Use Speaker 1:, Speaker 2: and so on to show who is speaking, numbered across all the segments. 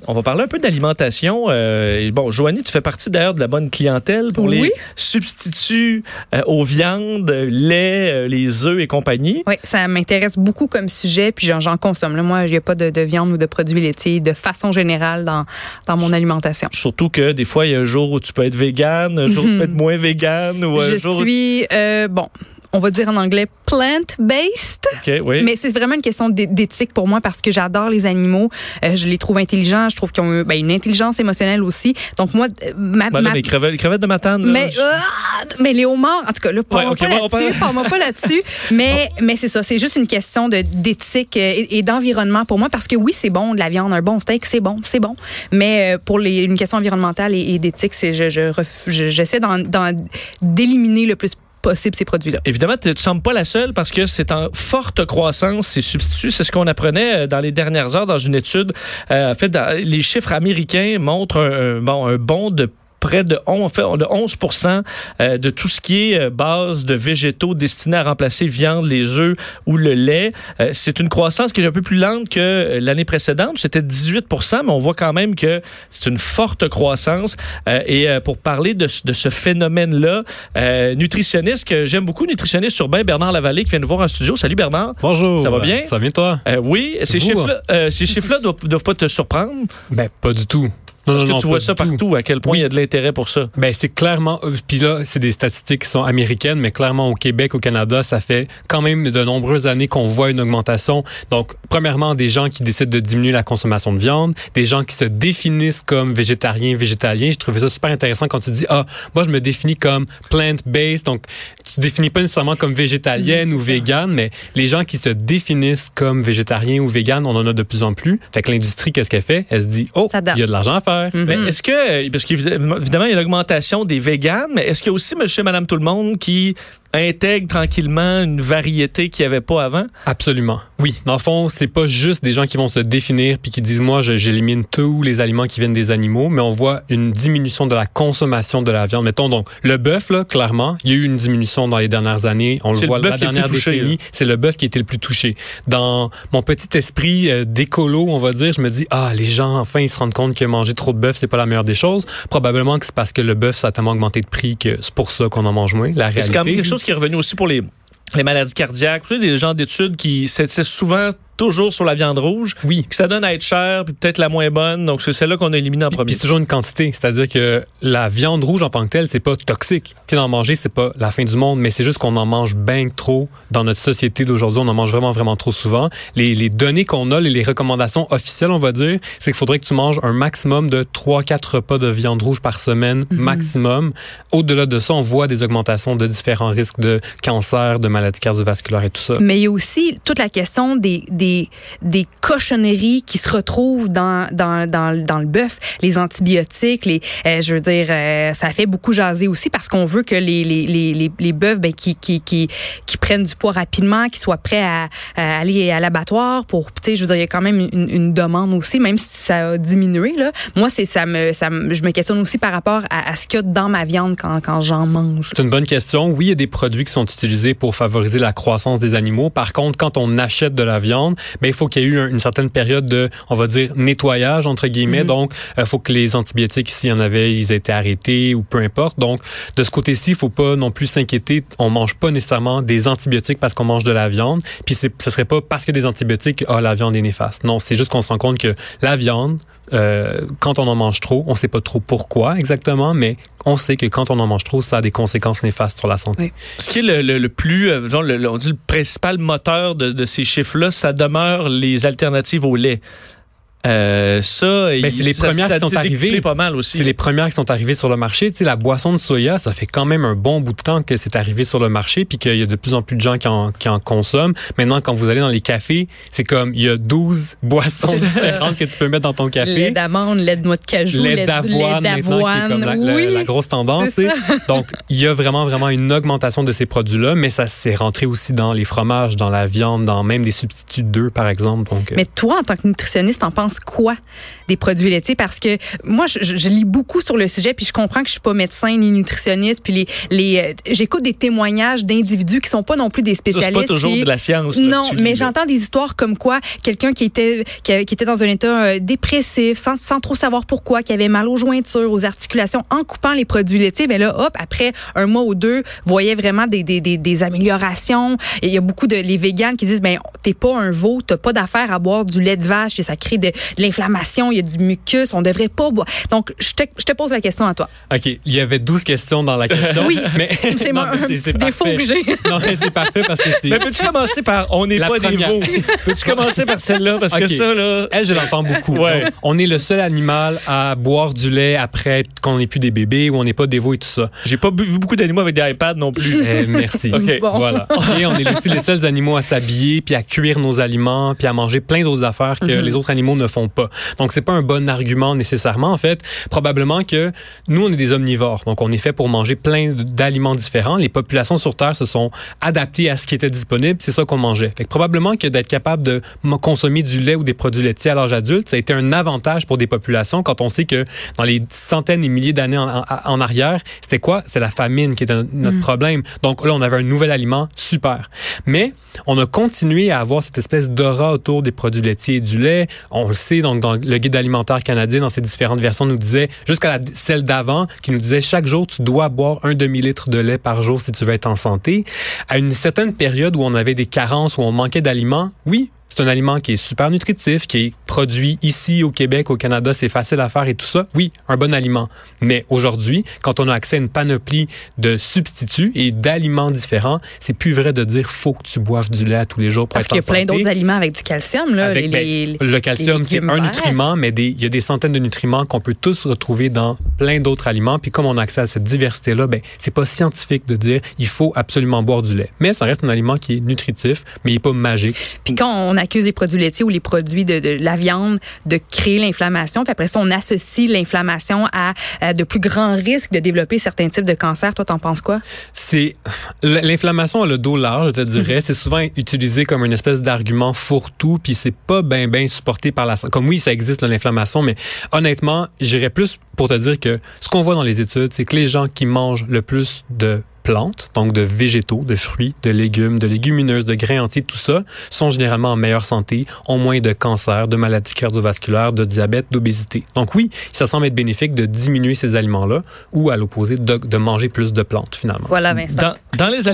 Speaker 1: On va parler un peu d'alimentation. Joanie, tu fais partie d'ailleurs de la bonne clientèle pour les substituts aux viandes, lait, les œufs et compagnie.
Speaker 2: Oui, ça m'intéresse beaucoup comme sujet, puis j'en consomme. Là, moi, il n'y a pas de viande ou de produits laitiers de façon générale dans mon alimentation.
Speaker 1: Surtout que des fois, il y a un jour où tu peux être végane, un jour où tu peux être moins végane. Ou
Speaker 2: Je suis, on va dire en anglais plant-based.
Speaker 1: Okay, oui.
Speaker 2: Mais c'est vraiment une question d'éthique pour moi parce que j'adore les animaux. Je les trouve intelligents. Je trouve qu'ils ont une intelligence émotionnelle aussi. Donc moi,
Speaker 1: les crevettes de Matane.
Speaker 2: Mais les homards, en tout cas, là, parle-moi pas là-dessus. Mais c'est ça. C'est juste une question d'éthique et d'environnement pour moi parce que oui, c'est bon de la viande, un bon steak, c'est bon. Mais pour une question environnementale et d'éthique, j'essaie d'éliminer le plus possible ces produits-là.
Speaker 1: Évidemment, tu ne sembles pas la seule parce que c'est en forte croissance, ces substituts. C'est ce qu'on apprenait dans les dernières heures dans une étude. Les chiffres américains montrent un bond de près de 11% de tout ce qui est base de végétaux destinés à remplacer viande, les œufs ou le lait. C'est une croissance qui est un peu plus lente que l'année précédente. C'était 18%, mais on voit quand même que c'est une forte croissance. Et pour parler de ce phénomène-là, nutritionniste que j'aime beaucoup, nutritionniste urbain, Bernard Lavallée, qui vient nous voir en studio. Salut Bernard.
Speaker 3: Bonjour.
Speaker 1: Ça va bien?
Speaker 3: Ça va bien toi?
Speaker 1: Oui. Ces chiffres-là doivent pas te surprendre?
Speaker 3: Ben, pas du tout.
Speaker 1: Est-ce que tu vois ça partout? À quel point il y a de l'intérêt pour ça?
Speaker 3: Ben, c'est clairement... Puis là, c'est des statistiques qui sont américaines, mais clairement au Québec, au Canada, ça fait quand même de nombreuses années qu'on voit une augmentation. Donc, premièrement, des gens qui décident de diminuer la consommation de viande, des gens qui se définissent comme végétariens, végétaliens. J'ai trouvé ça super intéressant quand tu dis, moi, je me définis comme plant-based. Donc, tu te définis pas nécessairement comme végétalienne ou végane, mais les gens qui se définissent comme végétariens ou véganes, on en a de plus en plus. Fait que l'industrie, qu'est-ce qu'elle fait? Elle se dit, il y a de l'argent à faire.
Speaker 1: Mais est-ce que, parce qu'évidemment, il y a l'augmentation des véganes, mais est-ce qu'il y a aussi monsieur et madame tout le monde qui intègrent tranquillement une variété qu'il n'y avait pas avant?
Speaker 3: Absolument. Oui. Dans le fond, c'est pas juste des gens qui vont se définir puis qui disent, moi, j'élimine tous les aliments qui viennent des animaux, mais on voit une diminution de la consommation de la viande. Mettons donc, le bœuf, là, clairement, il y a eu une diminution dans les dernières années. On le voit la dernière décennie. C'est le bœuf qui a été le plus touché. Dans mon petit esprit d'écolo, on va dire, je me dis, les gens, enfin, ils se rendent compte que manger trop de bœuf, c'est pas la meilleure des choses. Probablement que c'est parce que le bœuf, ça a tellement augmenté de prix que c'est pour ça qu'on en mange moins. La réalité.
Speaker 1: C'est quand même quelque chose qui est revenu aussi pour les maladies cardiaques. Tu sais, des gens d'études qui, c'est souvent toujours sur la viande rouge.
Speaker 3: Oui.
Speaker 1: Que ça donne à être cher, puis peut-être la moins bonne. Donc, c'est celle-là qu'on a éliminée en premier.
Speaker 3: Puis c'est toujours une quantité. C'est-à-dire que la viande rouge en tant que telle, c'est pas toxique. Tu sais, d'en manger, c'est pas la fin du monde, mais c'est juste qu'on en mange bien trop dans notre société d'aujourd'hui. On en mange vraiment, vraiment trop souvent. Les données qu'on a, les recommandations officielles, on va dire, c'est qu'il faudrait que tu manges un maximum de 3-4 repas de viande rouge par semaine, maximum. Au-delà de ça, on voit des augmentations de différents risques de cancer, de maladies cardiovasculaires et tout ça.
Speaker 2: Mais il y a aussi toute la question des cochonneries qui se retrouvent dans le bœuf, les antibiotiques, ça fait beaucoup jaser aussi parce qu'on veut que les bœufs qui prennent du poids rapidement, qui soient prêts à aller à l'abattoir pour, il y a quand même une demande aussi, même si ça a diminué là. Moi, je me questionne aussi par rapport à ce qu'il y a dans ma viande quand j'en mange.
Speaker 3: C'est une bonne question. Oui, il y a des produits qui sont utilisés pour favoriser la croissance des animaux. Par contre, quand on achète de la viande, il faut qu'il y ait eu une certaine période de, on va dire, nettoyage, entre guillemets. Donc, il faut que les antibiotiques, s'il y en avait, ils aient été arrêtés ou peu importe. Donc, de ce côté-ci, il faut pas non plus s'inquiéter. On mange pas nécessairement des antibiotiques parce qu'on mange de la viande. Puis, ce serait pas parce que des antibiotiques, la viande est néfaste. Non, c'est juste qu'on se rend compte que la viande, quand on en mange trop, on sait pas trop pourquoi exactement, mais on sait que quand on en mange trop, ça a des conséquences néfastes sur la santé.
Speaker 2: Oui.
Speaker 1: Ce qui est le plus, on dit le principal moteur de ces chiffres-là, ça demeure les alternatives au lait. C'est les premières qui sont arrivées.
Speaker 3: Pas mal aussi. C'est les premières qui sont arrivées sur le marché. Tu sais, la boisson de soya, ça fait quand même un bon bout de temps que c'est arrivé sur le marché, puis qu'il y a de plus en plus de gens qui en consomment. Maintenant, quand vous allez dans les cafés, c'est comme il y a 12 boissons différentes que tu peux mettre dans ton café.
Speaker 2: Lait d'amande, lait de noix de cajou,
Speaker 3: lait d'avoine, qui est comme la grosse tendance. Donc, il y a vraiment, vraiment une augmentation de ces produits-là, mais ça s'est rentré aussi dans les fromages, dans la viande, dans même des substituts d'œufs, par exemple. Donc,
Speaker 2: mais toi, en tant que nutritionniste, t'en penses penses quoi des produits laitiers? Parce que moi, je lis beaucoup sur le sujet, puis je comprends que je suis pas médecin ni nutritionniste, puis j'écoute des témoignages d'individus qui sont pas non plus des spécialistes.
Speaker 1: Ça, c'est pas toujours de la science.
Speaker 2: Non, mais j'entends des histoires comme quoi quelqu'un qui était dans un état dépressif, sans trop savoir pourquoi, qui avait mal aux jointures, aux articulations, en coupant les produits laitiers, ben là, hop, après un mois ou deux, voyait vraiment des améliorations. Et il y a beaucoup les véganes qui disent, ben t'es pas un veau, t'as pas d'affaire à boire du lait de vache, ça crée de l'inflammation, il y a du mucus, on devrait pas boire. Donc, je te pose la question à toi.
Speaker 3: OK, il y avait 12 questions dans la question.
Speaker 2: Oui, mais c'est un défaut que j'ai.
Speaker 3: Non, mais c'est parfait parce que c'est...
Speaker 1: Mais peux-tu commencer par « on n'est pas des veaux ». Peux-tu commencer par celle-là? Parce que ça, là...
Speaker 3: Elle, je l'entends beaucoup.
Speaker 1: Ouais.
Speaker 3: Donc, on est le seul animal à boire du lait après qu'on n'est plus des bébés ou on n'est pas des veaux et tout ça.
Speaker 1: J'ai pas vu beaucoup d'animaux avec des iPads non plus.
Speaker 3: Merci.
Speaker 1: OK.
Speaker 2: Bon.
Speaker 3: Voilà. Et on est aussi les seuls animaux à s'habiller, puis à cuire nos aliments, puis à manger plein d'autres affaires que les autres animaux ne font pas. Donc, c'est pas un bon argument nécessairement. En fait, probablement que nous, on est des omnivores. Donc, on est fait pour manger plein d'aliments différents. Les populations sur Terre se sont adaptées à ce qui était disponible. C'est ça qu'on mangeait. Fait que probablement que d'être capable de consommer du lait ou des produits laitiers à l'âge adulte, ça a été un avantage pour des populations quand on sait que dans les centaines et milliers d'années en arrière, c'était quoi? C'est la famine qui était notre problème. Donc là, on avait un nouvel aliment, super. Mais on a continué à avoir cette espèce d'aura autour des produits laitiers et du lait. On le sait, donc dans le guide alimentaire canadien, dans ses différentes versions, nous disait, jusqu'à celle d'avant, qui nous disait chaque jour, tu dois boire 1 demi-litre de lait par jour si tu veux être en santé. À une certaine période où on avait des carences, où on manquait d'aliments, oui, c'est un aliment qui est super nutritif, qui est produit ici au Québec, au Canada, c'est facile à faire et tout ça. Oui, un bon aliment. Mais aujourd'hui, quand on a accès à une panoplie de substituts et d'aliments différents, c'est plus vrai de dire faut que tu boives du lait tous les jours pour
Speaker 2: parce
Speaker 3: être en santé.
Speaker 2: Parce qu'il y a plein d'autres aliments avec du calcium. Là,
Speaker 3: avec, le calcium, c'est un nutriment, mais il y a des centaines de nutriments qu'on peut tous retrouver dans plein d'autres aliments. Puis comme on a accès à cette diversité-là, c'est pas scientifique de dire il faut absolument boire du lait. Mais ça reste un aliment qui est nutritif, mais il n'est pas magique.
Speaker 2: Puis quand on accuse les produits laitiers ou les produits de la viande de créer l'inflammation, puis après ça, on associe l'inflammation à de plus grands risques de développer certains types de cancers. Toi, t'en penses quoi?
Speaker 3: L'inflammation a le dos large, je te dirais. C'est souvent utilisé comme une espèce d'argument fourre-tout, puis c'est pas bien supporté par la... Comme oui, ça existe, l'inflammation, mais honnêtement, j'irais plus pour te dire que ce qu'on voit dans les études, c'est que les gens qui mangent le plus de plantes, donc de végétaux, de fruits, de légumes, de légumineuses, de grains entiers, tout ça, sont généralement en meilleure santé, ont moins de cancer, de maladies cardiovasculaires, de diabète, d'obésité. Donc oui, ça semble être bénéfique de diminuer ces aliments-là ou à l'opposé de manger plus de plantes finalement.
Speaker 2: Voilà, Vincent.
Speaker 1: Dans les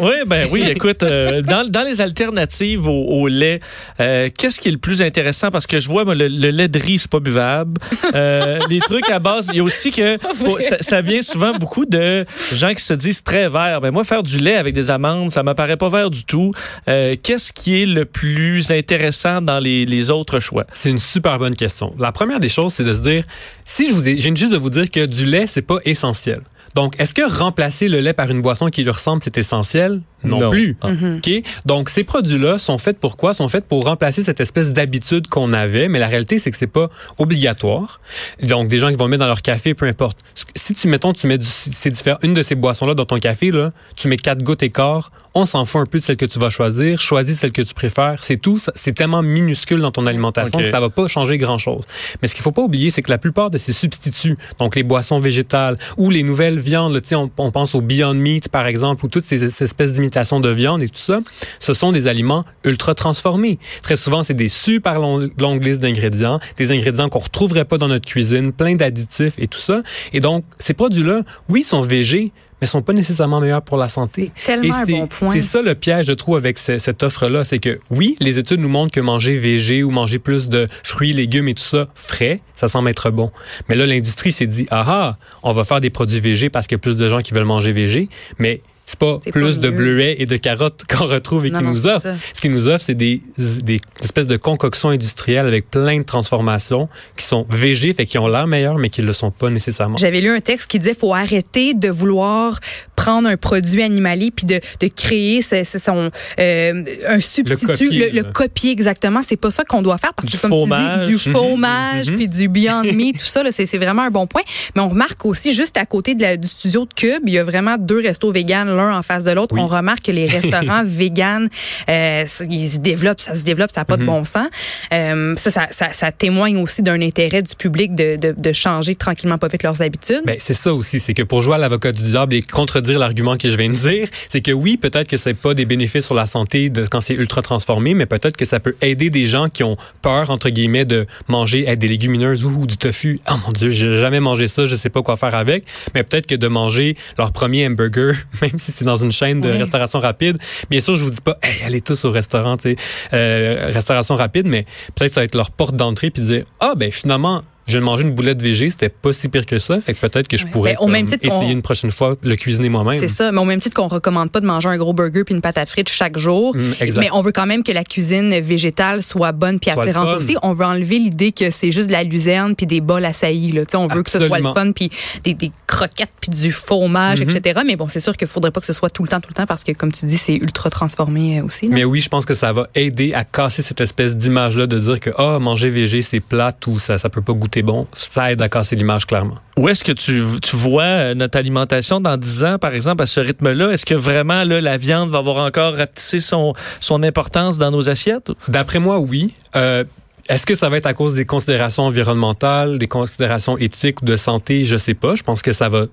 Speaker 1: écoute, dans les alternatives au lait, qu'est-ce qui est le plus intéressant? Parce que je vois, moi, le lait de riz, c'est pas buvable. Les trucs à base, il y a aussi que ça vient souvent beaucoup de gens qui se disent très vert. Ben moi, faire du lait avec des amandes, ça m'apparaît pas vert du tout. Qu'est-ce qui est le plus intéressant dans les autres choix?
Speaker 3: C'est une super bonne question. La première des choses, c'est de se dire, je viens juste de vous dire que du lait, c'est pas essentiel. Donc, est-ce que remplacer le lait par une boisson qui lui ressemble, c'est essentiel? Non plus. OK? Donc, ces produits-là sont faits pour quoi? Sont faits pour remplacer cette espèce d'habitude qu'on avait, mais la réalité, c'est que c'est pas obligatoire. Donc, des gens qui vont le mettre dans leur café, peu importe. Si tu mets une de ces boissons-là dans ton café, là, tu mets 4 gouttes et quart, on s'en fout un peu de celle que tu vas choisir, choisis celle que tu préfères, c'est tout. C'est tellement minuscule dans ton alimentation que ça va pas changer grand-chose. Mais ce qu'il faut pas oublier, c'est que la plupart de ces substituts, donc les boissons végétales ou les nouvelles viandes, on pense au Beyond Meat, par exemple, ou toutes ces espèces d'imitations de viande et tout ça, ce sont des aliments ultra transformés. Très souvent, c'est des super longues listes d'ingrédients, des ingrédients qu'on retrouverait pas dans notre cuisine, plein d'additifs et tout ça. Et donc, ces produits-là, oui, sont végés, mais sont pas nécessairement meilleurs pour la santé.
Speaker 2: C'est tellement un bon point.
Speaker 3: C'est ça le piège, je trouve, avec cette offre-là. C'est que, oui, les études nous montrent que manger végé ou manger plus de fruits, légumes et tout ça, frais, ça semble être bon. Mais là, l'industrie s'est dit, on va faire des produits végés parce qu'il y a plus de gens qui veulent manger végé. Mais c'est pas plus de bleuets et de carottes qu'on retrouve et qu'ils nous offrent. Ce qu'ils nous offrent, c'est des espèces de concoctions industrielles avec plein de transformations qui sont végés, fait qui ont l'air meilleurs, mais qui ne le sont pas nécessairement.
Speaker 2: J'avais lu un texte qui disait qu'il faut arrêter de vouloir prendre un produit animalier puis de créer un substitut, le copier exactement. C'est pas ça qu'on doit faire parce que comme
Speaker 1: fromage.
Speaker 2: tu dis, du fromage puis du Beyond Meat, tout ça, là, c'est vraiment un bon point. Mais on remarque aussi, juste à côté du studio de Cube, il y a vraiment 2 restos véganes, l'un en face de l'autre. Oui. On remarque que les restaurants véganes, ça se développe, ça n'a pas de bon sens. Ça témoigne aussi d'un intérêt du public de changer tranquillement pas vite leurs habitudes.
Speaker 3: Ben, c'est ça aussi, c'est que pour jouer à l'avocat du diable et contredire l'argument que je viens de dire, c'est que oui, peut-être que c'est pas des bénéfices sur la santé quand c'est ultra transformé, mais peut-être que ça peut aider des gens qui ont peur, entre guillemets, de manger des légumineuses ou du tofu. Oh mon Dieu, j'ai jamais mangé ça, je sais pas quoi faire avec. Mais peut-être que de manger leur premier hamburger, même si c'est dans une chaîne de restauration rapide, bien sûr, je vous dis pas, hey, allez tous au restaurant, tu sais, restauration rapide, mais peut-être que ça va être leur porte d'entrée puis dire, ben finalement, je viens de manger une boulette végé, c'était pas si pire que ça. Fait que peut-être que je pourrais essayer une prochaine fois le cuisiner moi-même.
Speaker 2: C'est ça, mais au même titre qu'on recommande pas de manger un gros burger puis une patate frite chaque jour. Mais on veut quand même que la cuisine végétale soit bonne puis attirante aussi. On veut enlever l'idée que c'est juste de la luzerne puis des bols à saillie. On veut que ce soit le fun puis des croquettes puis du fromage, etc. Mais bon, c'est sûr qu'il faudrait pas que ce soit tout le temps parce que, comme tu dis, c'est ultra transformé aussi. Là.
Speaker 3: Mais oui, je pense que ça va aider à casser cette espèce d'image-là de dire que manger végé, c'est plate ou ça peut pas goûter bon, ça aide à casser l'image clairement.
Speaker 1: Où est-ce que tu vois notre alimentation dans 10 ans, par exemple, à ce rythme-là? Est-ce que vraiment là, la viande va avoir encore rapetissé son importance dans nos assiettes?
Speaker 3: D'après moi, oui. Est-ce que ça va être à cause des considérations environnementales, des considérations éthiques ou de santé? Je sais pas. Je pense que ça va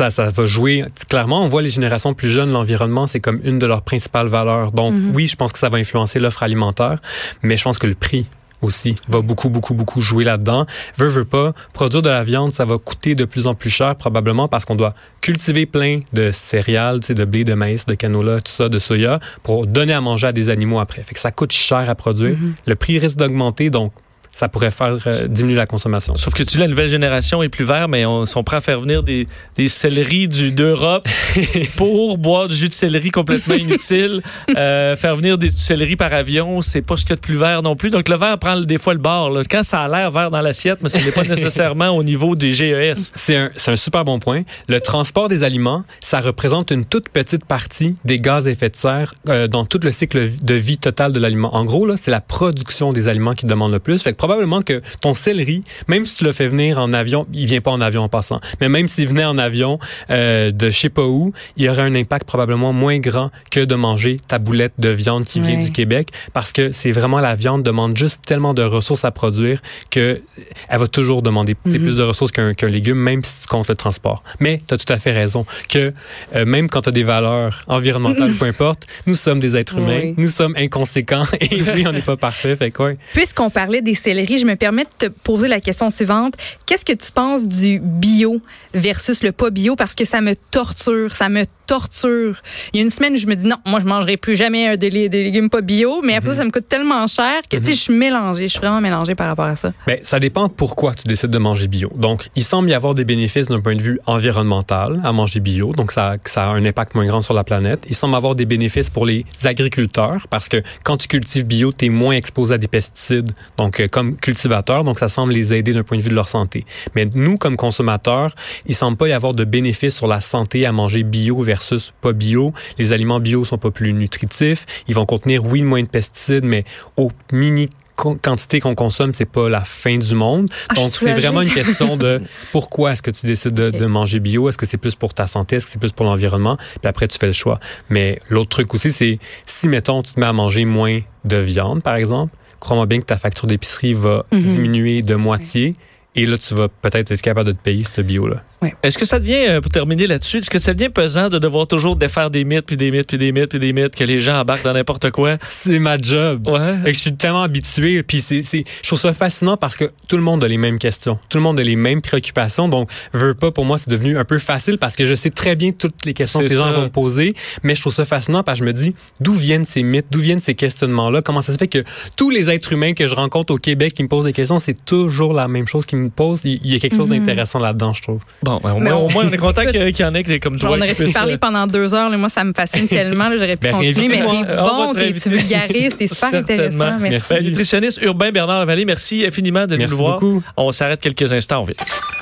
Speaker 3: jouer. Clairement, on voit les générations plus jeunes, l'environnement, c'est comme une de leurs principales valeurs. Donc, oui, je pense que ça va influencer l'offre alimentaire, mais je pense que le prix aussi va beaucoup jouer là-dedans. Veut pas, produire de la viande, ça va coûter de plus en plus cher probablement parce qu'on doit cultiver plein de céréales, de blé, de maïs, de canola, tout ça, de soya, pour donner à manger à des animaux après. Fait que ça coûte cher à produire. Le prix risque d'augmenter, donc ça pourrait faire diminuer la consommation.
Speaker 1: Sauf que tu dis, la nouvelle génération est plus verte, mais on sont prêts à faire venir des céleris d'Europe pour boire du jus de céleri complètement inutile. Faire venir du céleri par avion, c'est pas ce qu'il y a de plus vert non plus. Donc le vert prend des fois le bord. Là. Quand ça a l'air vert dans l'assiette, mais ce n'est pas nécessairement au niveau des GES.
Speaker 3: C'est un super bon point. Le transport des aliments, ça représente une toute petite partie des gaz à effet de serre dans tout le cycle de vie total de l'aliment. En gros, là, c'est la production des aliments qui demande le plus. Fait que probablement que ton céleri, même si tu le fais venir en avion, il vient pas en avion en passant, mais même s'il venait en avion de je sais pas où, il y aurait un impact probablement moins grand que de manger ta boulette de viande qui vient du Québec, parce que c'est vraiment la viande demande juste tellement de ressources à produire que elle va toujours demander plus de ressources qu'un légume, même si tu comptes le transport. Mais tu as tout à fait raison que même quand tu as des valeurs environnementales, peu importe, nous sommes des êtres humains, nous sommes inconséquents et oui, on n'est pas parfait. Fait quoi.
Speaker 2: Puisqu'on parlait des céleris, je me permets de te poser la question suivante. Qu'est-ce que tu penses du bio versus le pas bio? Parce que ça me torture. Il y a une semaine où je me dis non, moi je mangerai plus jamais des légumes pas bio, mais après ça me coûte tellement cher que tu sais, je suis mélangée. Je suis vraiment mélangée par rapport à ça.
Speaker 3: Ben, ça dépend pourquoi tu décides de manger bio. Donc, il semble y avoir des bénéfices d'un point de vue environnemental à manger bio. Donc, ça a un impact moins grand sur la planète. Il semble avoir des bénéfices pour les agriculteurs parce que quand tu cultives bio, tu es moins exposé à des pesticides. Donc, comme cultivateur, donc ça semble les aider d'un point de vue de leur santé. Mais nous, comme consommateurs, il semble pas y avoir de bénéfices sur la santé à manger bio versus pas bio. Les aliments bio sont pas plus nutritifs. Ils vont contenir, oui, moins de pesticides, mais au mini quantité qu'on consomme, c'est pas la fin du monde. Donc, c'est vraiment une question de pourquoi est-ce que tu décides de manger bio? Est-ce que c'est plus pour ta santé? Est-ce que c'est plus pour l'environnement? Puis après, tu fais le choix. Mais l'autre truc aussi, c'est si, mettons, tu te mets à manger moins de viande, par exemple, crois-moi bien que ta facture d'épicerie va diminuer de moitié. Et là, tu vas peut-être être capable de te payer ce bio-là.
Speaker 1: Oui. Est-ce que ça devient, pour terminer là-dessus, est-ce que ça devient pesant de devoir toujours défaire des mythes, puis des mythes, puis des mythes, puis des mythes, que les gens embarquent dans n'importe quoi?
Speaker 3: C'est ma job.
Speaker 1: Ouais.
Speaker 3: Fait que je suis tellement habitué. Puis je trouve ça fascinant parce que tout le monde a les mêmes questions. Tout le monde a les mêmes préoccupations. Donc, veux pas, pour moi, c'est devenu un peu facile parce que je sais très bien toutes les questions que les gens vont me poser. Mais je trouve ça fascinant parce que je me dis, d'où viennent ces mythes? D'où viennent ces questionnements-là? Comment ça se fait que tous les êtres humains que je rencontre au Québec qui me posent des questions, c'est toujours la même chose qu'ils me posent? Il y a quelque chose d'intéressant là-dedans, je trouve.
Speaker 1: Bon, au moins, on est content qu'il y en ait comme toi.
Speaker 2: On aurait pu parler pendant 2 heures. Là, moi, ça me fascine tellement. Là, j'aurais pu continuer, mais t'es bon, tu vulgarises, t'es super intéressant. Merci.
Speaker 1: Nutritionniste urbain Bernard Lavallée, merci infiniment de nous voir. On s'arrête quelques instants, on vient.